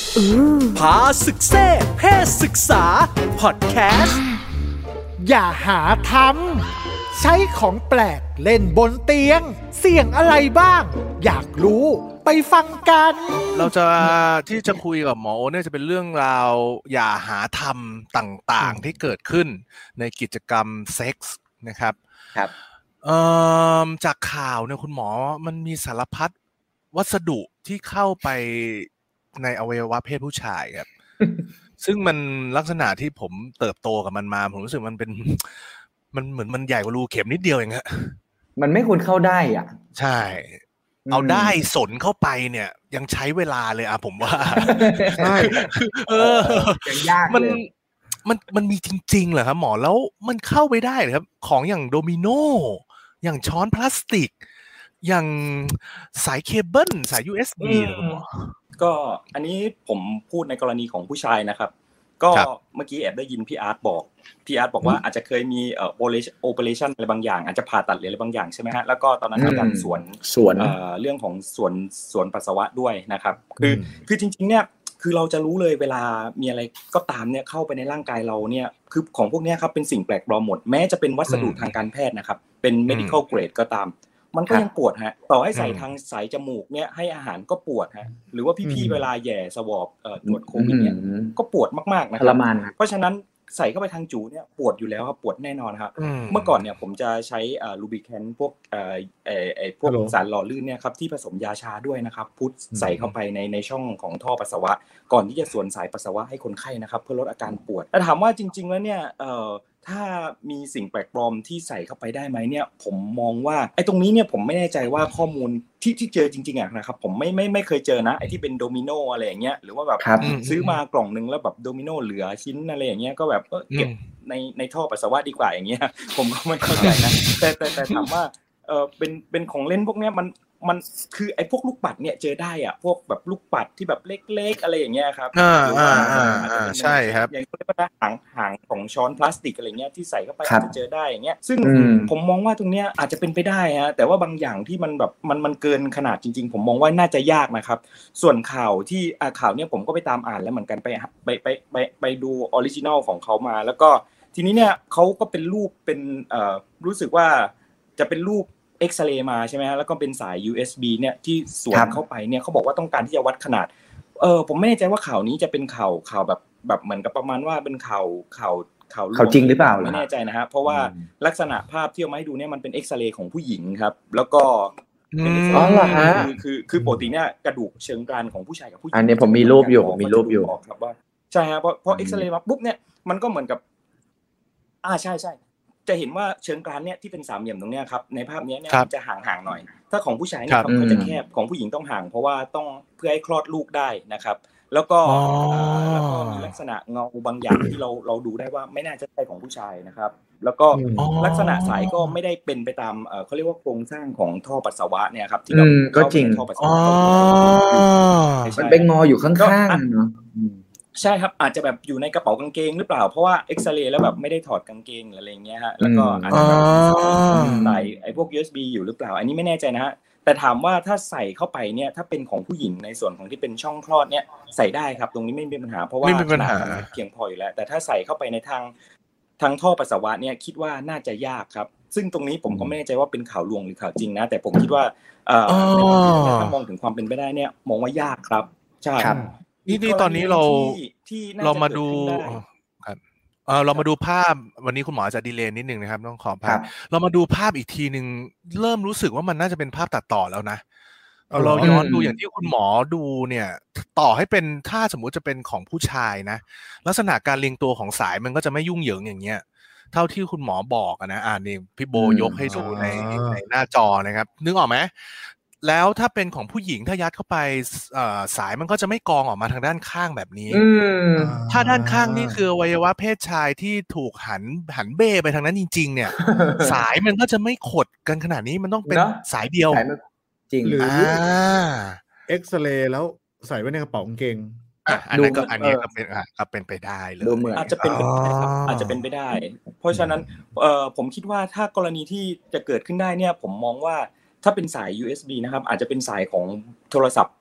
พาศึกเซ่เพศศึกษาพอดแคสต์อย่าหาทำใช้ของแปลกเล่นบนเตียงเสี่ยงอะไรบ้างอยากรู้ไปฟังกันเราจะที่จะคุยกับหมอโอเนี่ยจะเป็นเรื่องราวอย่าหาทำต่างๆที่เกิดขึ้นในกิจกรรมเซ็กส์นะครับครับจากข่าวเนี่ยคุณหมอมันมีสารพัดวัสดุที่เข้าไปในอวัยวะเพศผู้ชายครับ ซึ่งมันลักษณะที่ผมเติบโตกับมันมาผมรู้สึกมันเป็นมันเหมือนมันใหญ่กว่ารูเข็มนิดเดียวเองฮะมันไม่ควรเข้าได้อ่ะใช่เอาได้สนเข้าไปเนี่ยยังใช้เวลาเลยอ่ะผมว่าใช่ยังยากเลยมันมีจริงๆเหรอครับหมอแล้วมันเข้าไปได้เหรอครับของอย่างโดมิโนอย่างช้อนพลาสติกอย่างสายเคเบิลสาย USB เหรอครับหมอก็อันนี้ผมพูดในกรณีของผู้ชายนะครับก็เมื่อกี้แอบได้ยินพี่อาร์ตบอกว่าอาจจะเคยมีoperation อะไรบางอย่างอาจจะผ่าตัดอะไรบางอย่างใช่ไหมฮะแล้วก็ตอนนั้นมีการสวนเรื่องของสวนปัสสาวะด้วยนะครับคือจริงๆเนี่ยคือเราจะรู้เลยเวลามีอะไรก็ตามเนี่ยเข้าไปในร่างกายเราเนี่ยคือของพวกนี้ครับเป็นสิ่งแปลกปลอมหมดแม้จะเป็นวัสดุทางการแพทย์นะครับเป็น medical grade ก็ตามมันก็ยังปวดฮะต่อให้ใส่ทางสายจมูกเนี่ยให้อาหารก็ปวดฮะหรือว่าพี่ๆเวลาแย่สวอปตรวจโควิดเนี่ยก็ปวดมากๆนะครับเพราะฉะนั้นใส่เข้าไปทางจูเนี่ยปวดอยู่แล้วครับปวดแน่นอนครับเมื่อก่อนเนี่ยผมจะใช้ลูบิแคนพวกพวกสารหล่อลื่นเนี่ยครับที่ผสมยาชาด้วยนะครับพุทใส่เข้าไปในช่องของท่อปัสสาวะก่อนที่จะสวนสายปัสสาวะให้คนไข้นะครับเพื่อลดอาการปวดแต่ถามว่าจริงๆแล้วเนี่ยถ้ามีสิ่งแปลกปลอมที่ใส่เข้าไปได้ไหมเนี่ยผมมองว่าไอ้ตรงนี้เนี่ยผมไม่แน่ใจว่าข้อมูลที่เจอจริงๆนะครับผมไม่เคยเจอนะไอ้ที่เป็นโดมิโนอะไรอย่างเงี้ยหรือว่าแบบซื้อมากล่องนึงแล้วแบบโดมิโนเหลือชิ้นอะไรอย่างเงี้ยก็แบบเก็บในท่อปัสสาวะดีกว่าอย่างเงี้ยผมก็ไม่เข้าใจนะแต่ถามว่าเป็นของเล่นพวกเนี้ยมันคือไอ้พวกลูกปัดเนี่ยเจอได้อ่ะพวกแบบลูกปัดที่แบบเล็กๆอะไรอย่างเงี้ยครับใช่ครับอย่างเรียกว่าหางของช้อนพลาสติกอะไรเงี้ยที่ใส่เข้าไปจะเจอได้อย่างเงี้ยซึ่งผมมองว่าตรงเนี้ยอาจจะเป็นไปได้ฮะแต่ว่าบางอย่างที่มันแบบมันเกินขนาดจริงๆผมมองว่าน่าจะยากนะครับส่วนข่าวที่ข่าวเนี้ยผมก็ไปตามอ่านแล้วเหมือนกันไปดูออริจินัลของเขามาแล้วก็ทีนี้เนี่ยเขาก็เป็นรูปเป็นรู้สึกว่าจะเป็นรูปเอ็กซเรย์มาใช่ไหมฮะแล้วก็เป็นสาย USB เนี่ยที่สวมเข้าไปเนี่ยเขาบอกว่าต้องการที่จะวัดขนาดผมไม่แน่ใจว่าข่าวนี้จะเป็นข่าวแบบเหมือนกับประมาณว่าเป็นข่าวจริงหรือเปล่าไม่แน่ใจนะฮะเพราะว่าลักษณะภาพที่เอามาให้ดูเนี่ยมันเป็นเอ็กซเรย์ของผู้หญิงครับแล้วก็อ๋อเหรอฮะคือปกติเนี่ยกระดูกเชิงกรานของผู้ชายกับผู้หญิงอันนี้ผมมีรูปอยู่ครับว่าใช่ฮะเพราะเอ็กซเรย์มาปุ๊บเนี่ยมันก็เหมือนกับใช่จะเห็นว่าเชิงกรานเนี่ยที่เป็นสามเหลี่ยมตรงเนี้ยครับในภาพนี้เนี่ยจะห่างๆหน่อยถ้าของผู้ชายเนี่ยเขาจะแคบของผู้หญิงต้องห่างเพราะว่าต้องเพื่อให้คลอดลูกได้นะครับแล้วก็มีลักษณะเงาบางอย่างที่เราดูได้ว่าไม่น่าจะใช่ของผู้ชายนะครับแล้วก็ลักษณะสายก็ไม่ได้เป็นไปตามเขาเรียกว่าโครงสร้างของท่อปัสสาวะเนี่ยครับที่เราก็จริงท่อปัสสาวะมันเป็นงออยู่ข้างๆเนาะใช่ครับอาจจะแบบอยู่ในกระเป๋ากางเกงหรือเปล่าเพราะว่าเอ็กซเรย์แล้วแบบไม่ได้ถอดกางเกงหรืออะไรเงี้ยฮะแล้วก็อาจจะใส่ไอ้พวก USB อยู่หรือเปล่าอันนี้ไม่แน่ใจนะฮะแต่ถามว่าถ้าใส่เข้าไปเนี่ยถ้าเป็นของผู้หญิงในส่วนของที่เป็นช่องคลอดเนี่ยใส่ได้ครับตรงนี้ไม่มีปัญหาเพราะว่าขนาดมันเพียงพออยู่แล้วแต่ถ้าใส่เข้าไปในทางท่อปัสสาวะเนี่ยคิดว่าน่าจะยากครับซึ่งตรงนี้ผมก็ไม่แน่ใจว่าเป็นข่าวลวงหรือข่าวจริงนะแต่ผมคิดว่าถ้ามองถึงความเป็นไปได้เนี่ยมองว่ายากครับใช่นี่ตอนนี้เรามาดูครับเรามาดูภาพวันนี้คุณหมอจะดีเลย์นิดนึงนะครับต้องขอภาพเรามาดูภาพอีกทีนึงเริ่มรู้สึกว่ามันน่าจะเป็นภาพตัดต่อแล้วนะเราย้อนดูอย่างที่คุณหมอดูเนี่ยต่อให้เป็นถ้าสมมุติจะเป็นของผู้ชายนะลักษณะการเรียงตัวของสายมันก็จะไม่ยุ่งเหยิงอย่างเงี้ยเท่าที่คุณหมอบอกนะนี่พี่โบยกให้ดูในหน้าจอนะครับนึกออกไหมแล้วถ้าเป็นของผู้หญิงถ้ายัดเข้าไปสายมันก็จะไม่กองออกมาทางด้านข้างแบบนี้ถ้าด้านข้างนี่คืออวัยวะเพศชายที่ถูกหันเบ้ไปทางนั้นจริงๆเนี่ยสายมันก็จะไม่ขดกันขนาดนี้มันต้องเป็นสายเดียวจริงหรือเอ็กซเรย์แล้วใส่ไว้ในกระเป๋ากางเกงอันนี้ก็เป็นไปได้เลยอาจจะเป็นไปได้ครับอาจจะเป็นไปได้เพราะฉะนั้นผมคิดว่าถ้ากรณีที่จะเกิดขึ้นได้เนี่ยผมมองว่าถ้าเป็นสาย USB นะครับอาจจะเป็นสายของโทรศัพท์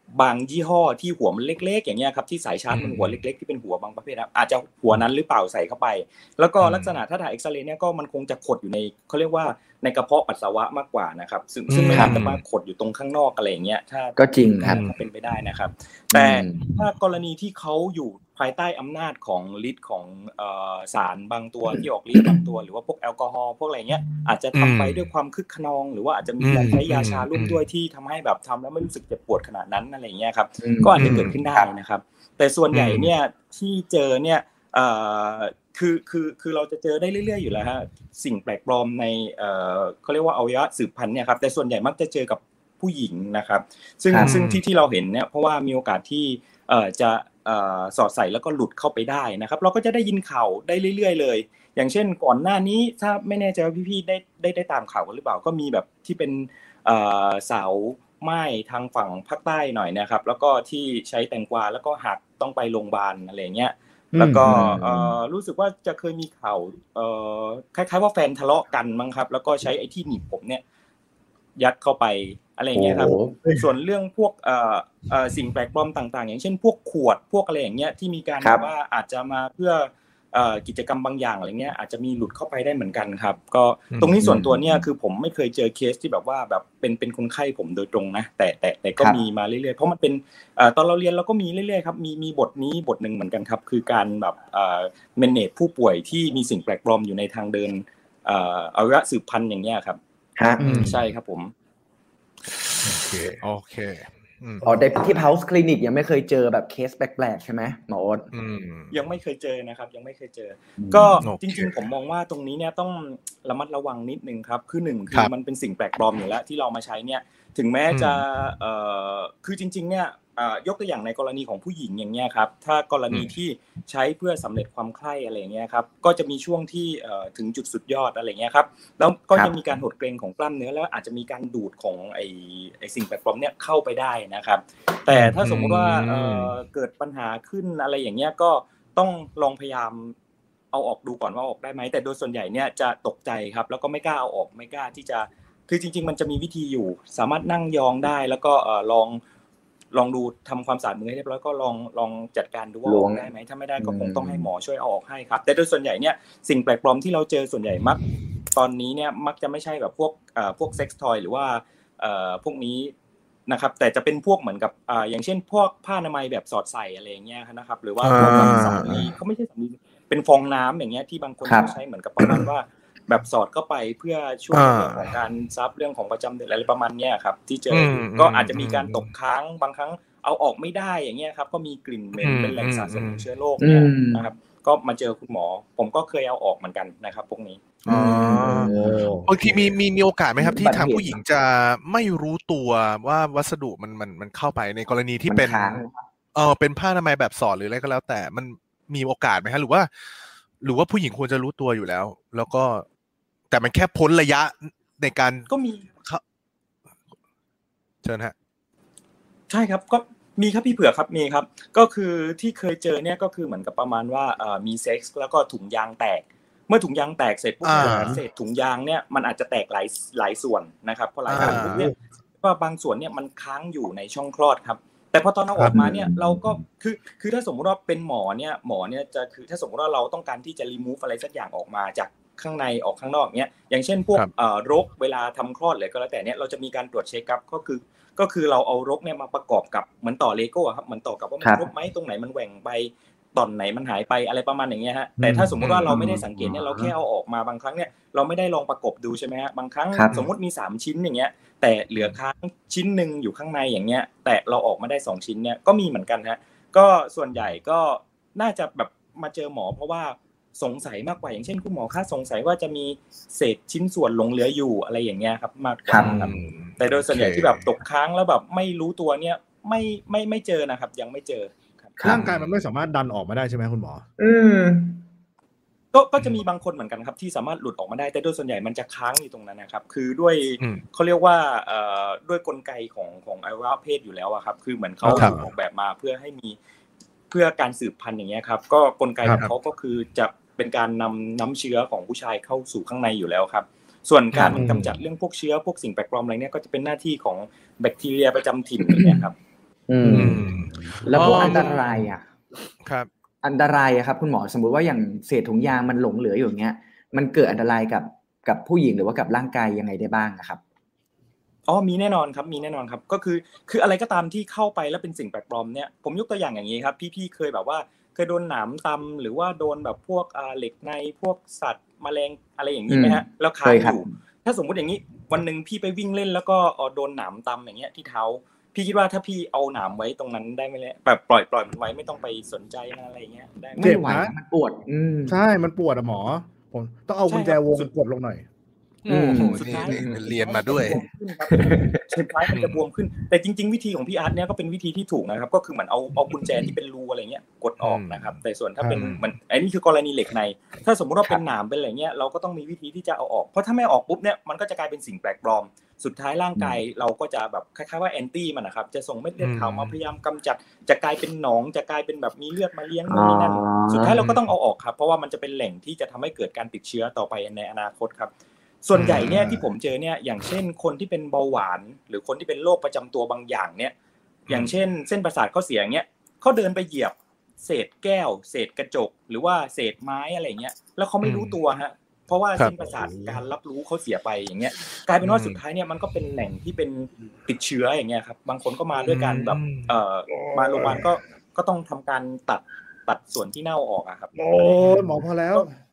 บางยี่ห้อที่หัวมันเล็กๆอย่างเงี้ยครับที่สายชาร์จมันหัวเล็กๆที่เป็นหัวบางประเภทครับอาจจะหัวนั้นหรือเปล่าใส่เข้าไปแล้วก็ลักษณะถ้าถ่ายเอ็กซเรย์เนี่ยก็มันคงจะขดอยู่ในเขาเรียกว่าในกระเพาะปัสสาวะมากกว่านะครับซึ่งไม่น่าจะมาขดอยู่ตรงข้างนอกอะไรอย่างเงี้ยถ้าก็จริงครับเป็นไปได้นะครับแต่ถ้ากรณีที่เขาอยู่ภายใต้อำนาจของฤทธิ์ของสารบางตัวที่ออกฤทธิ์บางตัวหรือว่าพวกแอลกอฮอล์พวกอะไรเงี้ยอาจจะทำไปด้วยความคึกขนองหรือว่าอาจจะมีการใช้ยาชาร่วมด้วยที่ทำให้แบบทำแล้วไม่รู้สึกเจ็บปวดขนาดนั้นอะไรเงี้ยครับก็อาจจะเกิดขึ้นได้นะครับแต่ส่วนใหญ่เนี่ยที่เจอเนี่ยคือเราจะเจอได้เรื่อยๆอยู่แล้วฮะสิ่งแปลกปลอมในเขาเรียกว่าอวัยวะสืบพันธุ์เนี่ยครับแต่ส่วนใหญ่มักจะเจอกับผู้หญิงนะครับซึ่งที่เราเห็นเนี่ยเพราะว่ามีโอกาสที่จะสอดใส่แล้วก็หลุดเข้าไปได้นะครับเราก็จะได้ยินข่าวได้เรื่อยๆเลยอย่างเช่นก่อนหน้านี้ถ้าไม่แน่ใจว่าพี่ๆได้ตามข่าวกันหรือเปล่าก็มีแบบที่เป็นสาวไหม้ทางฝั่งภาคใต้หน่อยนะครับแล้วก็ที่ใช้แตงกวาแล้วก็หักต้องไปโรงพยาบาลอะไรเงี้ยแล้วก็รู้สึกว่าจะเคยมีข่าวคล้ายๆว่าแฟนทะเลาะกันมั้งครับแล้วก็ใช้ไอ้ที่หนีบผมเนี่ยยัดเข้าไปอะไรอย่างเงี้ยครับส่วนเรื่องพวกสิ่งแปลกปลอมต่างๆอย่างเช่นพวกขวดพวกอะไรอย่างเงี้ยที่มีการว่าอาจจะมาเพื่อกิจกรรมบางอย่างอะไรเงี้ยอาจจะมีหลุดเข้าไปได้เหมือนกันครับก็ตรงนี้ส่วนตัวเนี่ยคือผมไม่เคยเจอเคสที่แบบว่าแบบเป็นคนไข้ผมโดยตรงนะแต่ก็มีมาเรื่อยๆเพราะมันเป็นตอนเราเรียนเราก็มีเรื่อยๆครับมีบทนี้บทนึงเหมือนกันครับคือการแบบmanage ผู้ป่วยที่มีสิ่งแปลกปลอมอยู่ในทางเดินอวัยวะสืบพันธุ์อย่างเงี้ยครับใช่ครับผมโอเคในที่ Pulse Clinic ยังไม่เคยเจอแบบเคสแปลกๆใช่ไหมหมอโอ๊ตยังไม่เคยเจอนะครับยังไม่เคยเจอก็จริงๆผมมองว่าตรงนี้เนี่ยต้องระมัดระวังนิดนึงครับคือ1คือมันเป็นสิ่งแปลกปลอมอยู่แล้วที่เรามาใช้เนี่ยถึงแม้จะคือจริงๆเนี่ยยกตัวอย่างในกรณีของผู้หญิงอย่างเงี้ยครับถ้ากรณีที่ใช้เพื่อสำเร็จความใคร่อะไรเงี้ยครับก็จะมีช่วงที่ถึงจุดสุดยอดอะไรเงี้ยครับแล้วก็จะมีการหดเกร็งของกล้ามเนื้อแล้วอาจจะมีการดูดของไอสิ่งแปลกปลอมเนี่ยเข้าไปได้นะครับแต่ถ้าสมมุติว่าเกิดปัญหาขึ้นอะไรอย่างเงี้ยก็ต้องลองพยายามเอาออกดูก่อนว่าออกได้ไหมแต่โดยส่วนใหญ่เนี่ยจะตกใจครับแล้วก็ไม่กล้าเอาออกไม่กล้าที่จะคือจริงๆมันจะมีวิธีอยู่สามารถนั่งยองได้แล้วก็ลองดูทำความสะอาดมือให้เรียบร้อยก็ลองจัดการดูว่าออกได้ไหมถ้าไม่ได้ก็คงต้องให้หมอช่วยเอาออกให้ครับแต่โดยส่วนใหญ่เนี่ยสิ่งแปลกปลอมที่เราเจอส่วนใหญ่มักตอนนี้เนี่ยมักจะไม่ใช่แบบพวกเซ็กซ์ทอยหรือว่าพวกนี้นะครับแต่จะเป็นพวกเหมือนกับอย่างเช่นพวกผ้าอนามัยแบบสอดใส่อะไรอย่างเงี้ยนะครับหรือว่าพวกสำลีเขาไม่ใช่สำลีเป็นฟองน้ำอย่างเงี้ยที่บางคนใช้เหมือนกับประมาณว่าแบบสอดเข้าไปเพื่อช่วยเรื่องของการซับเรื่องของประจำเดือนอะไรประมาณนี้ครับที่เจอก็อาจจะมีการตกค้างบางครั้งเอาออกไม่ได้อย่างเงี้ยครับก็มีกลิ่นเหม็นเป็นแหล่งสะสมเชื้อโรคเนี่ยนะครับก็มาเจอคุณหมอผมก็เคยเอาออกเหมือนกันนะครับพวกนี้บางทีมีโอกาสไหมครับที่ทางผู้หญิงจะไม่รู้ตัวว่าวัสดุมันเข้าไปในกรณีที่เป็นเป็นผ้าอนามัยแบบสอดหรืออะไรก็แล้วแต่มันมีโอกาสไหมครับหรือว่าผู้หญิงควรจะรู้ตัวอยู่แล้วก็แต่มันแค่พ้นระยะในการก็มีเชิญฮะใช่ครับก็มีครับพี่เผือกครับมีครับก็คือที่เคยเจอเนี่ยก็คือเหมือนกับประมาณว่ามีเซ็กซ์แล้วก็ถุงยางแตกเมื่อถุงยางแตกเสร็จปุ๊บเศษถุงยางเนี่ยมันอาจจะแตกหลายส่วนนะครับเพราะหลายส่วนปุ๊บเนี่ยว่าบางส่วนเนี่ยมันค้างอยู่ในช่องคลอดครับแต่พอตอนเอาออกมาเนี่ยเราก็คือถ้าสมมุติว่าเป็นหมอเนี่ยจะคือถ้าสมมุติว่าเราต้องการที่จะ remove อะไรสักอย่างออกมาจากข้างในออกข้างนอกเนี้ยอย่างเช่นพวกรกเวลาทำคลอดเลยก็แล้วแต่เนี้ยเราจะมีการตรวจเช็คครับก็คือเราเอารกเนี่ยมาประกอบกับเหมือนต่อเลโก้ครับเหมือนต่อกับว่ามันครบไหมตรงไหนมันแหว่งไปตอนไหนมันหายไปอะไรประมาณอย่างเงี้ยฮะแต่ถ้าสมมุติว่าเราไม่ได้สังเกตเนี่ยเราแค่เอาออกมาบางครั้งเนี่ยเราไม่ได้ลองประกบดูใช่ไหมฮะบางครั้งสมมุติมี3ชิ้นอย่างเงี้ยแต่เหลือค้างชิ้นนึงอยู่ข้างในอย่างเงี้ยแต่เราออกมาได้2ชิ้นเนี่ยก็มีเหมือนกันฮะก็ส่วนใหญ่ก็น่าจะแบบมาเจอหมอเพราะว่าสงสัยมากกว่าอย่างเช่นคุณหมอคะสงสัยว่าจะมีเศษชิ้นส่วนหลงเหลืออยู่อะไรอย่างเงี้ยครับมากกว่าครับแต่โดยส่วนใหญ่ที่แบบตกค้างแล้วแบบไม่รู้ตัวเนี่ยไม่เจอนะครับยังไม่เจอร่างกายมันไม่สามารถดันออกมาได้ใช่ไหมคุณหมอก็จะมีบางคนเหมือนกันครับที่สามารถหลุดออกมาได้แต่โดยส่วนใหญ่มันจะค้างอยู่ตรงนั้นนะครับคือด้วยเขาเรียกว่าด้วยกลไกของอวัยวะเพศอยู่แล้วอะครับคือเหมือนเขาออกแบบมาเพื่อให้มีเพื่อการสืบพันธุ์อย่างเงี้ยครับก็กลไกของเขาก็คือจะเป็นการนำน้ำเชื้อของผู้ชายเข้าสู่ข้างในอยู่แล้วครับส่วนการกำจัดเรื่องพวกเชื้อพวกสิ่งแปลกปลอมอะไรเนี้ยก็จะเป็นหน้าที่ของแบคทีเรียประจำถิ่นอย่างเงี้ยครับแล้วพวกอันตรายอ่ะครับอันตรายอะครับคุณหมอสมมุติว่าอย่างเศษถุงยางมันหลงเหลืออยู่อย่างเงี้ยมันเกิดอันตรายกับผู้หญิงหรือว่ากับร่างกายยังไงได้บ้างนะครับมีแน่นอนครับมีแน่นอนครับก็คืออะไรก็ตามที่เข้าไปแล้วเป็นสิ่งแปลกปลอมเนี่ยผมยกตัวอย่างอย่างนี้ครับพี่เคยแบบว่าเคยโดนหนามตำหรือว่าโดนแบบพวกเหล็กในพวกสัตว์แมลงอะไรอย่างนี้ไหมฮะแล้วคาอยู่ถ้าสมมุติอย่างนี้วันนึงพี่ไปวิ่งเล่นแล้วก็โดนหนามตำอย่างเงี้ยที่เท้าพี่คิดว่าถ้าพี่เอาหนามไว้ตรงนั้นได้ไหมเนี่ยแบบปล่อยมันไว้ไม่ต้องไปสนใจอะไรเงี้ยได้ไม่ไหวมันปวดใช่มันปวดอะหมอผมต้องเอากุญแจวงกดลงหน่อยสุดท้ายเรียนมาด้วยสุดท้ายมันจะบวมขึ้นแต่จริงๆวิธีของพี่อาร์ตเนี่ยก็เป็นวิธีที่ถูกนะครับก็คือเหมือนเอากุญแจที่เป็นรูอะไรเงี้ยกดออกนะครับแต่ส่วนถ้าเป็นมันไอ้นี่คือกรณีเหล็กในถ้าสมมุติว่าเป็นหนามเป็นอะไรเงี้ยเราก็ต้องมีวิธีที่จะเอาออกเพราะถ้าไม่ออกปุ๊บเนี่ยมันก็จะกลายเป็นสิ่งแปลกปลอมสุดท้ายร่างกายเราก็จะแบบคล้ายๆว่าแอนตี้มันนะครับจะส่งเม็ดเลือดขาวมาพยายามกำจัดจะกลายเป็นหนองจะกลายเป็นแบบมีเลือดมาเลี้ยงนู่นนี่นั่นสุดท้ายเราก็ต้องเอาออกครับเพราะว่ามันจะเป็นแหล่งที่จะทำให้เกิดการติดเชื้อต่อไปในอนาคตครับส่วนใหญ่เนี่ยที่ผมเจอเนี่ยอย่างเช่นคนที่เป็นเบาหวานหรือคนที่เป็นโรคประจำตัวบางอย่างเนี่ยอย่างเช่นเส้นประสาทเขาเสียอย่างเงี้ยเขาเดินไปเหยียบเศษแก้วเศษกระจกหรือว่าเศษไม้อะไรเงี้ยแล้วเขาไม่รู้ตัวฮะเพราะว่าเส้นประสาทการรับรู้เขาเสียไปอย่างเงี้ยกลายเป็นว่าสุดท้ายเนี่ยมันก็เป็นแหล่งที่เป็นติดเชื้ออย่างเงี้ยครับบางคนก็มาด้วยการแบบมาโรงพยาบาลก็ต้องทำการตัดส่วนที่เน่าออกอะครับโอ้หมอพอแล้ว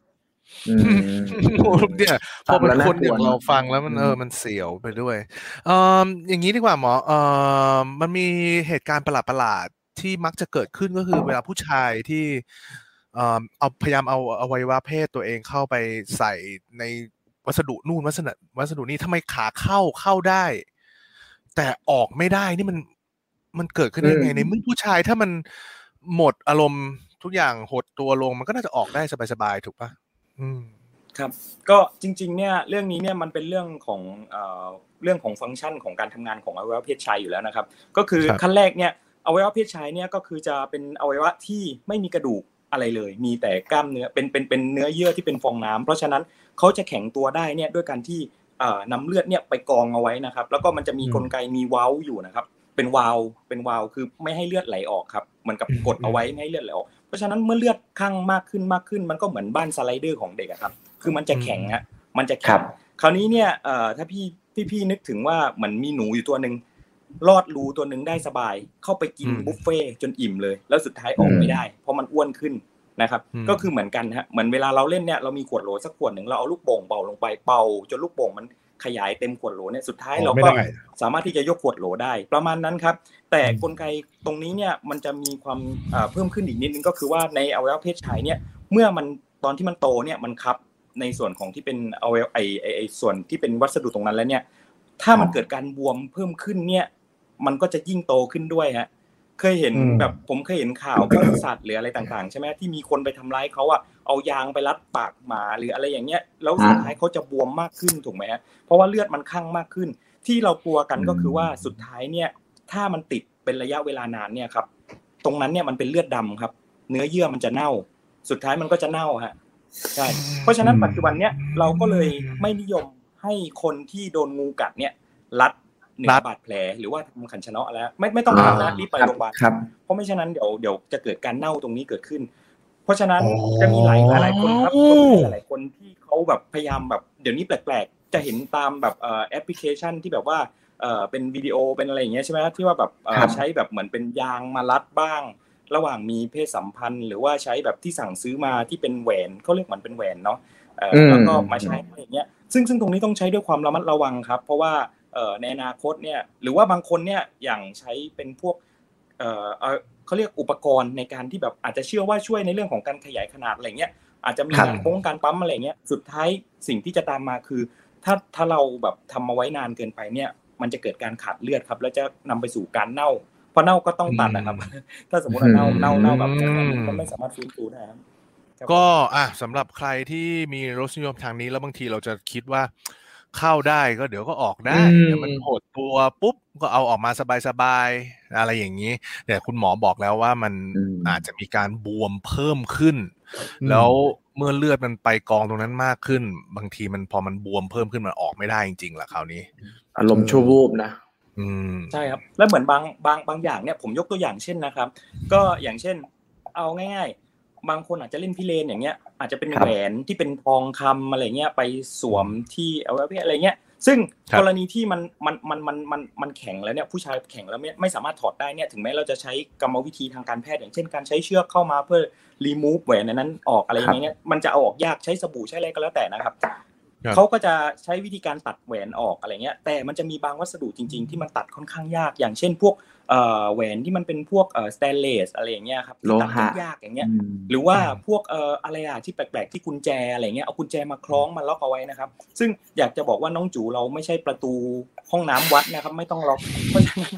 เนี่ยพอเป็นคนอย่างเราฟังแล้วมันเสียวไปด้วยอย่างนี้ดีกว่าหมอมันมีเหตุการณ์ประหลาดๆที่มักจะเกิดขึ้นก็คือเวลาผู้ชายที่เอาพยายามเอาอวัยวะเพศตัวเองเข้าไปใส่ในวัสดุนู่นวัสดุนี่ทำไมขาเข้าได้แต่ออกไม่ได้นี่มันเกิดขึ้นได้ไงในเมื่อผู้ชายถ้ามันหมดอารมณ์ทุกอย่างหดตัวลงมันก็น่าจะออกได้สบายๆถูกปะครับก็จริงๆเนี่ยเรื่องนี้เนี่ยมันเป็นเรื่องของฟังก์ชันของการทำงานของอวัยวะเพศชายอยู่แล้วนะครับก็คือขั้นแรกเนี่ยอวัยวะเพศชายเนี่ยก็คือจะเป็นอวัยวะที่ไม่มีกระดูกอะไรเลยมีแต่กล้ามเนื้อเป็นเนื้อเยื่อที่เป็นฟองน้ำเพราะฉะนั้นเขาจะแข็งตัวได้เนี่ยด้วยการที่นำเลือดเนี่ยไปกองเอาไว้นะครับแล้วก็มันจะมีกลไกมีวาล์วอยู่นะครับเป็นวาล์วคือไม่ให้เลือดไหลออกครับเหมือนกับกดเอาไว้ไม่ให้เลือดไหลออกเพราะฉะนั้นเมื่อเลือดคั่งมากขึ้นมันก็เหมือนบ้านสไลเดอร์ของเด็กครับคือมันจะแข็งฮะมันจะแข็งคราวนี้เนี่ยถ้าพี่นึกถึงว่าเหมือนมีหนูอยู่ตัวนึงลอดรูตัวนึงได้สบายเข้าไปกินบุฟเฟ่จนอิ่มเลยแล้วสุดท้ายออกไม่ได้เพราะมันอ้วนขึ้นนะครับก็คือเหมือนกันฮะเหมือนเวลาเราเล่นเนี่ยเรามีขวดโหลสักขวดนึงเราเอาลูกโป่งเป่าลงไปเป่าจนลูกโป่งมันขยายเต็มขวดโหลเนี่ยสุดท้ายเราก็สามารถที่จะยกขวดโหลได้ประมาณนั้นครับแต่กลไกตรงนี้เนี่ยมันจะมีความเพิ่มขึ้นอีกนิดนึงก็คือว่าในอวัยวะเพศชายเนี่ยเมื่อมันตอนที่มันโตเนี่ยมันคับในส่วนของที่เป็นเอาไอส่วนที่เป็นวัสดุตรงนั้นแล้วเนี่ยถ้ามันเกิดการบวมเพิ่มขึ้นเนี่ยมันก็จะยิ่งโตขึ้นด้วยฮะเคยเห็นแบบผมเคยเห็นข่าวพวกสัตว์หรืออะไรต่างๆใช่ไหมที่มีคนไปทำร้ายเขาอ่ะเอายางไปรัดปากหมาหรืออะไรอย่างเงี้ยแล้วสุดท้ายเขาจะบวมมากขึ้นถูกไหมฮะเพราะว่าเลือดมันคั่งมากขึ้นที่เรากลัวกันก็คือว่าสุดท้ายเนี่ยถ้ามันติดเป็นระยะเวลานานเนี่ยครับตรงนั้นเนี่ยมันเป็นเลือดดำครับเนื้อเยื่อมันจะเน่าสุดท้ายมันก็จะเน่าฮะใช่เพราะฉะนั้นปัจจุบันเนี้ยเราก็เลยไม่นิยมให้คนที่โดนงูกัดเนี่ยรัดเหนือบาดแผลหรือว่าทำขันชะเนาะแล้วไม่ต้องทำนะรีบไปโรงพยาบาลเพราะไม่เช่นนั้นเดี๋ยวจะเกิดการเน่าตรงนี้เกิดขึ้นเพราะฉะนั้นจะมีหลายคนครับหลายคนที่เขาแบบพยายามแบบเดี๋ยวนี้แปลกๆจะเห็นตามแบบแอปพลิเคชันที่แบบว่าเป็นวิดีโอเป็นอะไรอย่างเงี้ยใช่ไหมที่ว่าแบบใช้แบบเหมือนเป็นยางมารัดบ้างระหว่างมีเพศสัมพันธ์หรือว่าใช้แบบที่สั่งซื้อมาที่เป็นแหวนเขาเรียกเหมือนเป็นแหวนเนาะแล้วก็มาใช้อย่างเงี้ยซึ่งตรงนี้ต้องใช้ด้วยความระมัดระวังครับเพราะว่าในอนาคตเนี่ยหรือว่าบางคนเนี่ยอย่างใช้เป็นพวกเขาเรียกอุปกรณ์ในการที่แบบอาจจะเชื่อว่าช่วยในเรื่องของการขยายขนาดอะไรเงี้ยอาจจะมีการปั๊มอะไรเงี้ยสุดท้ายสิ่งที่จะตามมาคือถ้าเราแบบทำมาไว้นานเกินไปเนี่ยมันจะเกิดการขาดเลือดครับแล้วจะนำไปสู่การเน่าพอเน่าก็ต้องตัดนะครับถ้าสมมติว่าเน่าแบบมันไม่สามารถฟื้นฟูได้ครับก็สำหรับใครที่มีรสนิยมทางนี้แล้วบางทีเราจะคิดว่าเข้าได้ก็เดี๋ยวก็ออกได้เดี๋ยวมันหดตัวปุ๊บก็เอาออกมาสบายๆอะไรอย่างนี้แต่คุณหมอบอกแล้วว่ามันอาจจะมีการบวมเพิ่มขึ้นแล้วเมื่อเลือดมันไปกองตรงนั้นมากขึ้นบางทีมันพอมันบวมเพิ่มขึ้นมันออกไม่ได้จริงๆแหละคราวนี้อารมณ์ชั่ววูบนะใช่ครับแล้วเหมือนบางอย่างเนี่ยผมยกตัวอย่างเช่นนะครับก็อย่างเช่นเอาง่ายๆบางคนอาจจะเล่นพิเรนอย่างเงี้ยอาจจะเป็นแหวนที่เป็นทองคำอะไรเงี้ยไปสวมที่อวัยวะอะไรเงี้ยซึ่งกรณีที่มันแข็งแล้วเนี่ยผู้ชายแข็งแล้วไม่สามารถถอดได้เนี่ยถึงแม้เราจะใช้กรรมวิธีทางการแพทย์อย่างเช่นการใช้เชือกเข้ามาเพื่อรีมูฟแหวนนั้นออกอะไรอย่างเงี้ยมันจะเอาออกยากใช้สบู่ใช้อะไรก็แล้วแต่นะครับเขาก็จะใช้วิธีการตัดแหวนออกอะไรเงี้ยแต่มันจะมีบางวัสดุจริงๆที่มันตัดค่อนข้างยากอย่างเช่นพวกแหวนที่มันเป็นพวกสแตนเลสอะไรอย่างเงี้ยครับที่ตัดยากอย่างเงี้ยหรือว่าพวกอะไรที่แปลกๆที่กุญแจอะไรเงี้ยเอากุญแจมาคล้องมาล็อกเอาไว้นะครับซึ่งอยากจะบอกว่าน้องจูเราไม่ใช่ประตูห้องน้ำวัดนะครับไม่ต้องล็อกเพราะฉะนั้น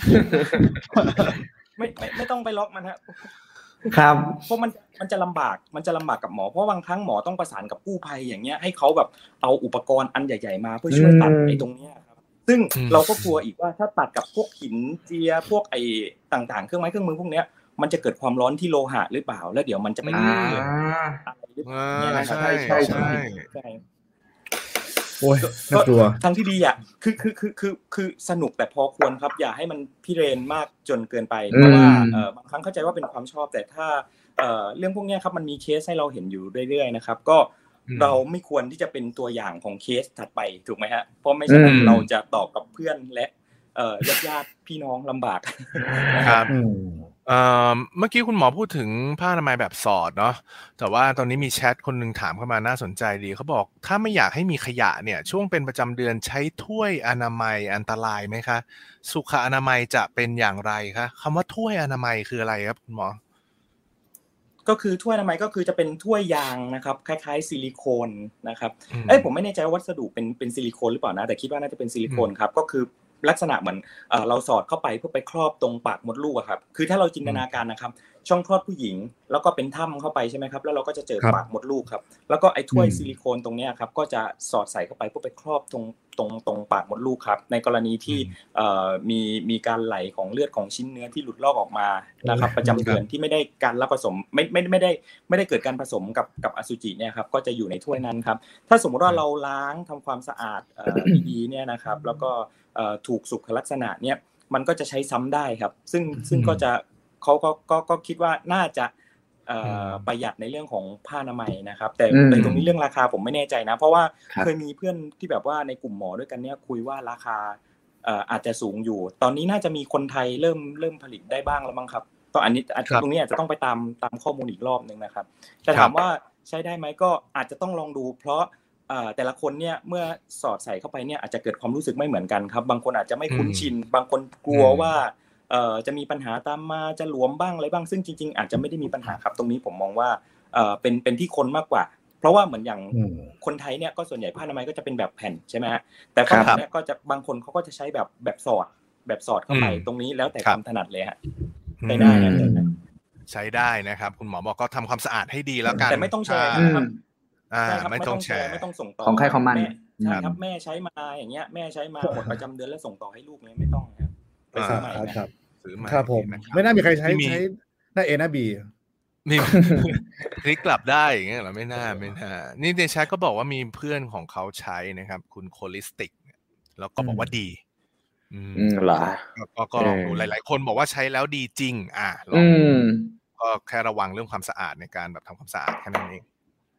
ไม่ต้องไปล็อกมันฮะครับเพราะมันจะลำบากกับหมอเพราะบางครั้งหมอต้องประสานกับกู้ภัยอย่างเงี้ยให้เขาแบบเอาอุปกรณ์อันใหญ่ๆมาเพื่อช่วยตัดไอ้ตรงเนี้ยครับซึ่งเราก็กลัวอีกว่าถ้าตัดกับพวกหินเจียพวกไอ้ต่างๆเครื่องไม้เครื่องมือพวกเนี้ยมันจะเกิดความร้อนที่โลหะหรือเปล่าแล้วเดี๋ยวมันจะไปเกิดอะไรหรือเปล่าใช่โอ้ยน่ากลัวทางที่ดีอ่ะคือสนุกแต่พอควรครับอย่าให้มันพิเรนมากจนเกินไปเพราะว่าบางครั้งเข้าใจว่าเป็นความชอบแต่ถ้าเรื่องพวกนี้ครับมันมีเคสให้เราเห็นอยู่เรื่อยๆนะครับก็เราไม่ควรที่จะเป็นตัวอย่างของเคสถัดไปถูกไหมฮะเพราะไม่ฉะนั้นเราจะตอบกับเพื่อนและญาติพี่น้องลำบากครับเมื่อกี้คุณหมอพูดถึงผ้าอนามัยแบบสอดเนาะแต่ว่าตอนนี้มีแชทคนนึงถามเข้ามาน่าสนใจดีเขาบอกถ้าไม่อยากให้มีขยะเนี่ยช่วงเป็นประจำเดือนใช้ถ้วยอนามัยอันตรายไหมคะสุขอนามัยจะเป็นอย่างไรคะคำว่าถ้วยอนามัยคืออะไรครับคุณหมอก็คือถ้วยอนามัยก็คือจะเป็นถ้วยยางนะครับคล้ายๆซิลิโคนนะครับผมไม่แน่ใจว่าวัสดุเป็นซิลิโคนหรือเปล่านะแต่คิดว่าน่าจะเป็นซิลิโคนครับก็คือลักษณะเหมือนเราสอดเข้าไปเพื่อไปครอบตรงปากมดลูกอะครับคือถ้าเราจินตนาการนะครับช่องคลอดผู้หญิงแล้วก็เป็นถ้ำเข้าไปใช่ไหมครับแล้วเราก็จะเจอปากมดลูกครับแล้วก็ไอ้ถ้วยซิลิโคนตรงนี้ครับก็จะสอดใส่เข้าไปเพื่อไปครอบตรงปากมดลูกครับในกรณีที่มีการไหลของเลือดของชิ้นเนื้อที่หลุดลอกออกมานะครับประจำเดือนที่ไม่ได้การรับผสมไม่ได้เกิดการผสมกับอสุจิเนี่ยครับก็จะอยู่ในถ้วยนั้นครับถ้าสมมติว่าเราล้างทำความสะอาดดีๆเนี่ยนะครับแล้วก็ถูกสุขลักษณะเนี่ยมันก็จะใช้ซ้ำได้ครับซึ่งก็จะเขาก็คิดว่าน่าจะประหยัดในเรื่องของผ้าอนามัยนะครับแต่ตรงนี้เรื่องราคาผมไม่แน่ใจนะเพราะว่าเคยมีเพื่อนที่แบบว่าในกลุ่มหมอด้วยกันเนี่ยคุยว่าราคาอาจจะสูงอยู่ตอนนี้น่าจะมีคนไทยเริ่มผลิตได้บ้างแล้วมั้งครับตอนนี้ตรงนี้อาจจะต้องไปตามข้อมูลอีกรอบนึงนะครับแต่ถามว่าใช้ได้ไหมก็อาจจะต้องลองดูเพราะแต่ละคนเนี่ยเมื่อสอดใส่เข้าไปเนี่ยอาจจะเกิดความรู้สึกไม่เหมือนกันครับบางคนอาจจะไม่คุ้นชินบางคนกลัวว่าจะมีปัญหาตามมาจะหลวมบ้างอะไรบ้างซึ่งจริงๆอาจจะไม่ได้มีปัญหาครับตรงนี้ผมมองว่าเป็นที่คนมากกว่าเพราะว่าเหมือนอย่างคนไทยเนี่ยก็ส่วนใหญ่ผ้าอนามัยก็จะเป็นแบบแผ่นใช่ไหมฮะแต่ฝรั่งเนี่ยก็จะบางคนเขาก็จะใช้แบบสอดเข้าไปตรงนี้แล้วแต่ความถนัดเลยฮะใช้ได้นะใช้ได้นะครับคุณหมอบอกก็ทำความสะอาดให้ดีแล้วกันแต่ไม่ต้องแชร์นะครับไม่ต้องแชร์ไม่ต้องส่งต่อของใครของมันใช่ครับแม่ใช้มาอย่างเงี้ยแม่ใช้มาหมดประจำเดือนแล้วส่งต่อให้ลูกเลยไม่ต้องครับไปซื้อใหม่ครับครับผมไม่น่ามีใครใช้หน้า A หน้า B นี่คลิกกลับได้อย่างเงี้ยเหรอไม่น่านี่ในแชทก็บอกว่ามีเพื่อนของเขาใช้นะครับคุณโคลิสติกแล้วก็บอกว่าดีเหรอก็ลองดูหลายๆคนบอกว่าใช้แล้วดีจริงลองก็แค่ระวังเรื่องความสะอาดในการแบบทำความสะอาดแค่นั้นเอง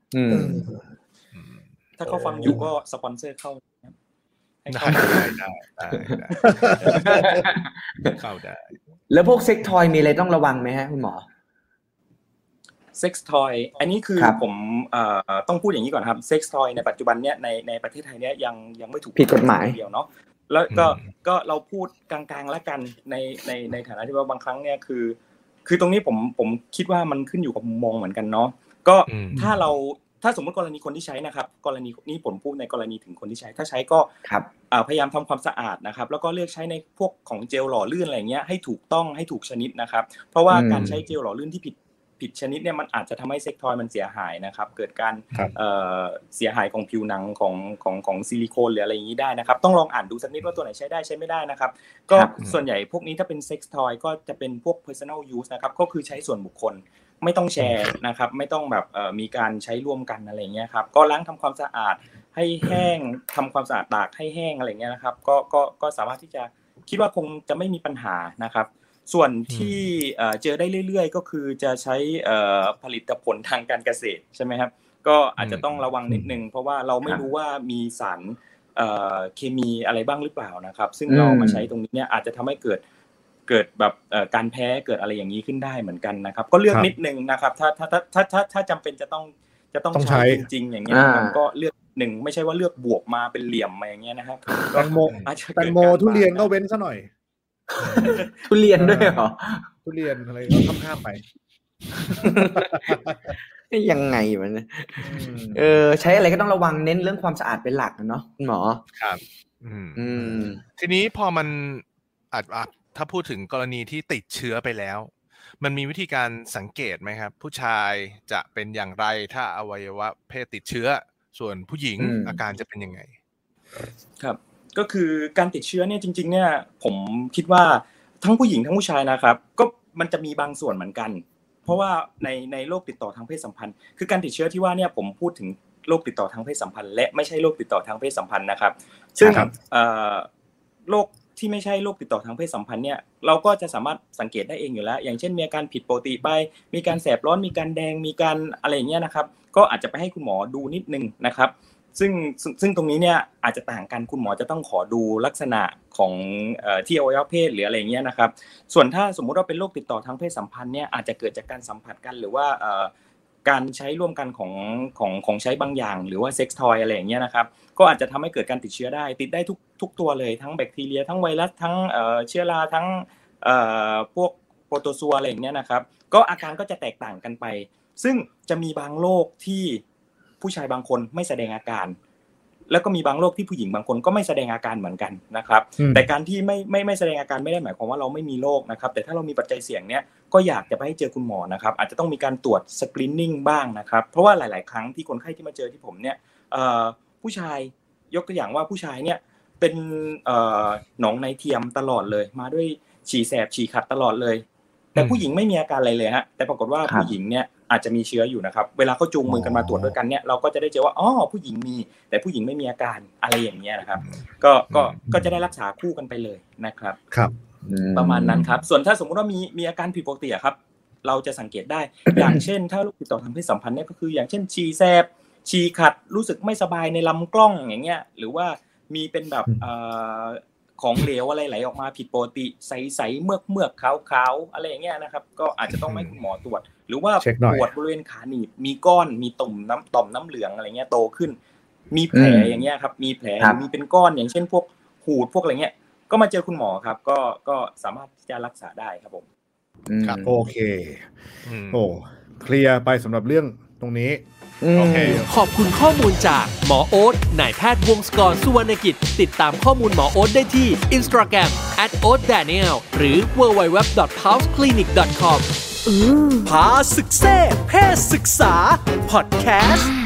ถ้าเขาฟังอยู่ก็สปอนเซอร์เข้าได้เข้าได้แล้วพวกเซ็กทอยมีอะไรต้องระวังไหมฮะคุณหมอเซ็กทอยอันนี้คือผมต้องพูดอย่างนี้ก่อนครับเซ็กทอยในปัจจุบันเนี้ยในประเทศไทยเนี้ยยังไม่ถูกผิดกฎหมายเดียวเนาะแล้วก็เราพูดกลางๆแล้วกันในฐานะที่ว่าบางครั้งเนี่ยคือตรงนี้ผมคิดว่ามันขึ้นอยู่กับมุมมองเหมือนกันเนาะก็ถ้าสมมติกรณีคนที่ใช้นะครับกรณีนี้ผมพูดในกรณีถึงคนที่ใช้ถ้าใช้ก็พยายามทำความสะอาดนะครับแล้วก็เลือกใช้ในพวกของเจลหล่อลื่นอะไรเงี้ยให้ถูกต้องให้ถูกชนิดนะครับเพราะว่าการใช้เจลหล่อลื่นที่ผิดชนิดเนี่ยมันอาจจะทำให้เซ็กทอยมันเสียหายนะครับเกิดการเสียหายของผิวหนังของซิลิโคนหรืออะไรอย่างนี้ได้นะครับต้องลองอ่านดูสักนิดว่าตัวไหนใช้ได้ใช้ไม่ได้นะครับก็ส่วนใหญ่พวกนี้ถ้าเป็นเซ็กทอยก็จะเป็นพวก personal use นะครับก็คือใช้ส่วนบุคคลไม่ต้องแชร์นะครับไม่ต้องแบบมีการใช้ร่วมกันอะไรเงี้ยครับก็ล้างทำความสะอาดให้แห้งทำความสะอาดตากให้แห้งอะไรเงี้ยนะครับก็สามารถที่จะคิดว่าคงจะไม่มีปัญหานะครับส่วนที่เจอได้เรื่อยๆก็คือจะใช้ผลิตผลทางการเกษตรใช่ไหมครับก็อาจจะต้องระวังนิดนึงเพราะว่าเราไม่รู้ว่ามีสารเคมีอะไรบ้างหรือเปล่านะครับซึ่งเรามาใช้ตรงนี้เนี่ยอาจจะทำให้เกิดแบบการแพ้เกิดอะไรอย่างนี้ขึ้นได้เหมือนกันนะครับก็เลือกนิดนึงนะครับถ้าจำเป็นจะต้องใช้จริงๆอย่างเงี้ยก็เลือกหนึ่งไม่ใช่ว่าเลือกบวกมาเป็นเหลี่ยมมาอย่างเงี้ยนะครับแตงโมทุเรียนก็เว้นซะหน่อยทุเรียนด้วยเหรอทุเรียนอะไรก็ข้ามไปยังไงมันใช้อะไรก็ต้องระวังเน้นเรื่องความสะอาดเป็นหลักเนาะคุณหมอครับทีนี้พอมันถ้าพูดถึงกรณีที่ติดเชื้อไปแล้วมันมีวิธีการสังเกตไหมครับผู้ชายจะเป็นอย่างไรถ้าอวัยวะเพศติดเชื้อส่วนผู้หญิงอาการจะเป็นยังไงครับก็คือการติดเชื้อเนี่ยจริงๆเนี่ยผมคิดว่าทั้งผู้หญิงทั้งผู้ชายนะครับก็มันจะมีบางส่วนเหมือนกันเพราะว่าในโรคติดต่อทางเพศสัมพันธ์คือการติดเชื้อที่ว่าเนี่ยผมพูดถึงโรคติดต่อทางเพศสัมพันธ์และไม่ใช่โรคติดต่อทางเพศสัมพันธ์นะครับซึ่งโรคที่ไม่ใช่โรคติดต่อทางเพศสัมพันธ์เนี่ยเราก็จะสามารถสังเกตได้เองอยู่แล้วอย่างเช่นมีอาการผิดปกติไปมีการแสบร้อนมีการแดงมีการอะไรอย่างเงี้ยนะครับก็อาจจะไปให้คุณหมอดูนิดนึงนะครับซึ่งตรงนี้เนี่ยอาจจะต่างกันคุณหมอจะต้องขอดูลักษณะของที่อวัยวะเพศหรืออะไรอย่างเงี้ยนะครับส่วนถ้าสมมุติว่าเป็นโรคติดต่อทางเพศสัมพันธ์เนี่ยอาจจะเกิดจากการสัมผัสกันหรือว่าการใช้ร่วมกันของใช้บางอย่างหรือว่าเซ็กซ์ทอยอะไรอย่างเงี้ยนะครับก็อาจจะทำให้เกิดการติดเชื้อได้ติดได้ทุกตัวเลยทั้งแบคทีเรียทั้งไวรัสทั้งเชื้อราทั้งพวกโปรโตซัวอะไรอย่างเงี้ยนะครับก็อาการก็จะแตกต่างกันไปซึ่งจะมีบางโรคที่ผู้ชายบางคนไม่แสดงอาการแล้วก็มีบางโรคที่ผู้หญิงบางคนก็ไม่แสดงอาการเหมือนกันนะครับแต่การที่ไม่แสดงอาการไม่ได้หมายความว่าเราไม่มีโรคนะครับแต่ถ้าเรามีปัจจัยเสี่ยงเนี่ยก็อยากจะไปให้เจอคุณหมอนะครับอาจจะต้องมีการตรวจสกรีนนิ่งบ้างนะครับเพราะว่าหลายๆครั้งที่คนไข้ที่มาเจอที่ผมเนี่ยผู้ชายยกตัวอย่างว่าผู้ชายเนี่ยเป็นหนองในเทียมตลอดเลยมาด้วยฉี่แสบฉี่ขัดตลอดเลยแต่ผู้หญิงไม่มีอาการอะไรเลยฮะแต่ปรากฏว่าผู้หญิงเนี่ยอาจจะมีเชื้ออยู่นะครับเวลาเขาจูงมือกันมาตรวจด้วยกันเนี่ยเราก็จะได้เจอว่าอ๋อผู้หญิงมีแต่ผู้หญิงไม่มีอาการอะไรอย่างเงี้ยนะครับก็จะได้รักษาคู่กันไปเลยนะครับครับประมาณนั้นครับส่วนถ้าสมมุติว่ามีอาการผิดปกติครับเราจะสังเกตได้อย่างเช่นถ้าโรคติดต่อทางเพศสัมพันธ์เนี่ยก็คืออย่างเช่นฉี่แสบฉี่ขัดรู้สึกไม่สบายในลำกล้องอย่างเงี้ยหรือว่ามีเป็นแบบของเหลวอะไรไหลออกมาผิดปกติใสๆเมือกๆขาวๆอะไรอย่างเงี้ยนะครับก็อาจจะต้องให้คุณหมอตรวจหรือว่าปวดบริเวณขาหนีบมีก้อนมีต่อมน้ำเหลืองอะไรเงี้ยโตขึ้นมีแผลอย่างเงี้ยครับมีแผลมีเป็นก้อนอย่างเช่นพวกหูดพวกอะไรเงี้ยก็มาเจอคุณหมอครับก็สามารถที่จะรักษาได้ครับผมครับโอเคโอ้เคลียร์ไปสำหรับเรื่องตรงนี้ขอบคุณข้อมูลจากหมอโอ๊ตนายแพทย์วงศกรสุวรรณกิจติดตามข้อมูลหมอโอ๊ตได้ที่ Instagram @oatdaniel หรือ www.pulseclinic.com พาศึกเซ่เพศศึกษาพอดแคสต์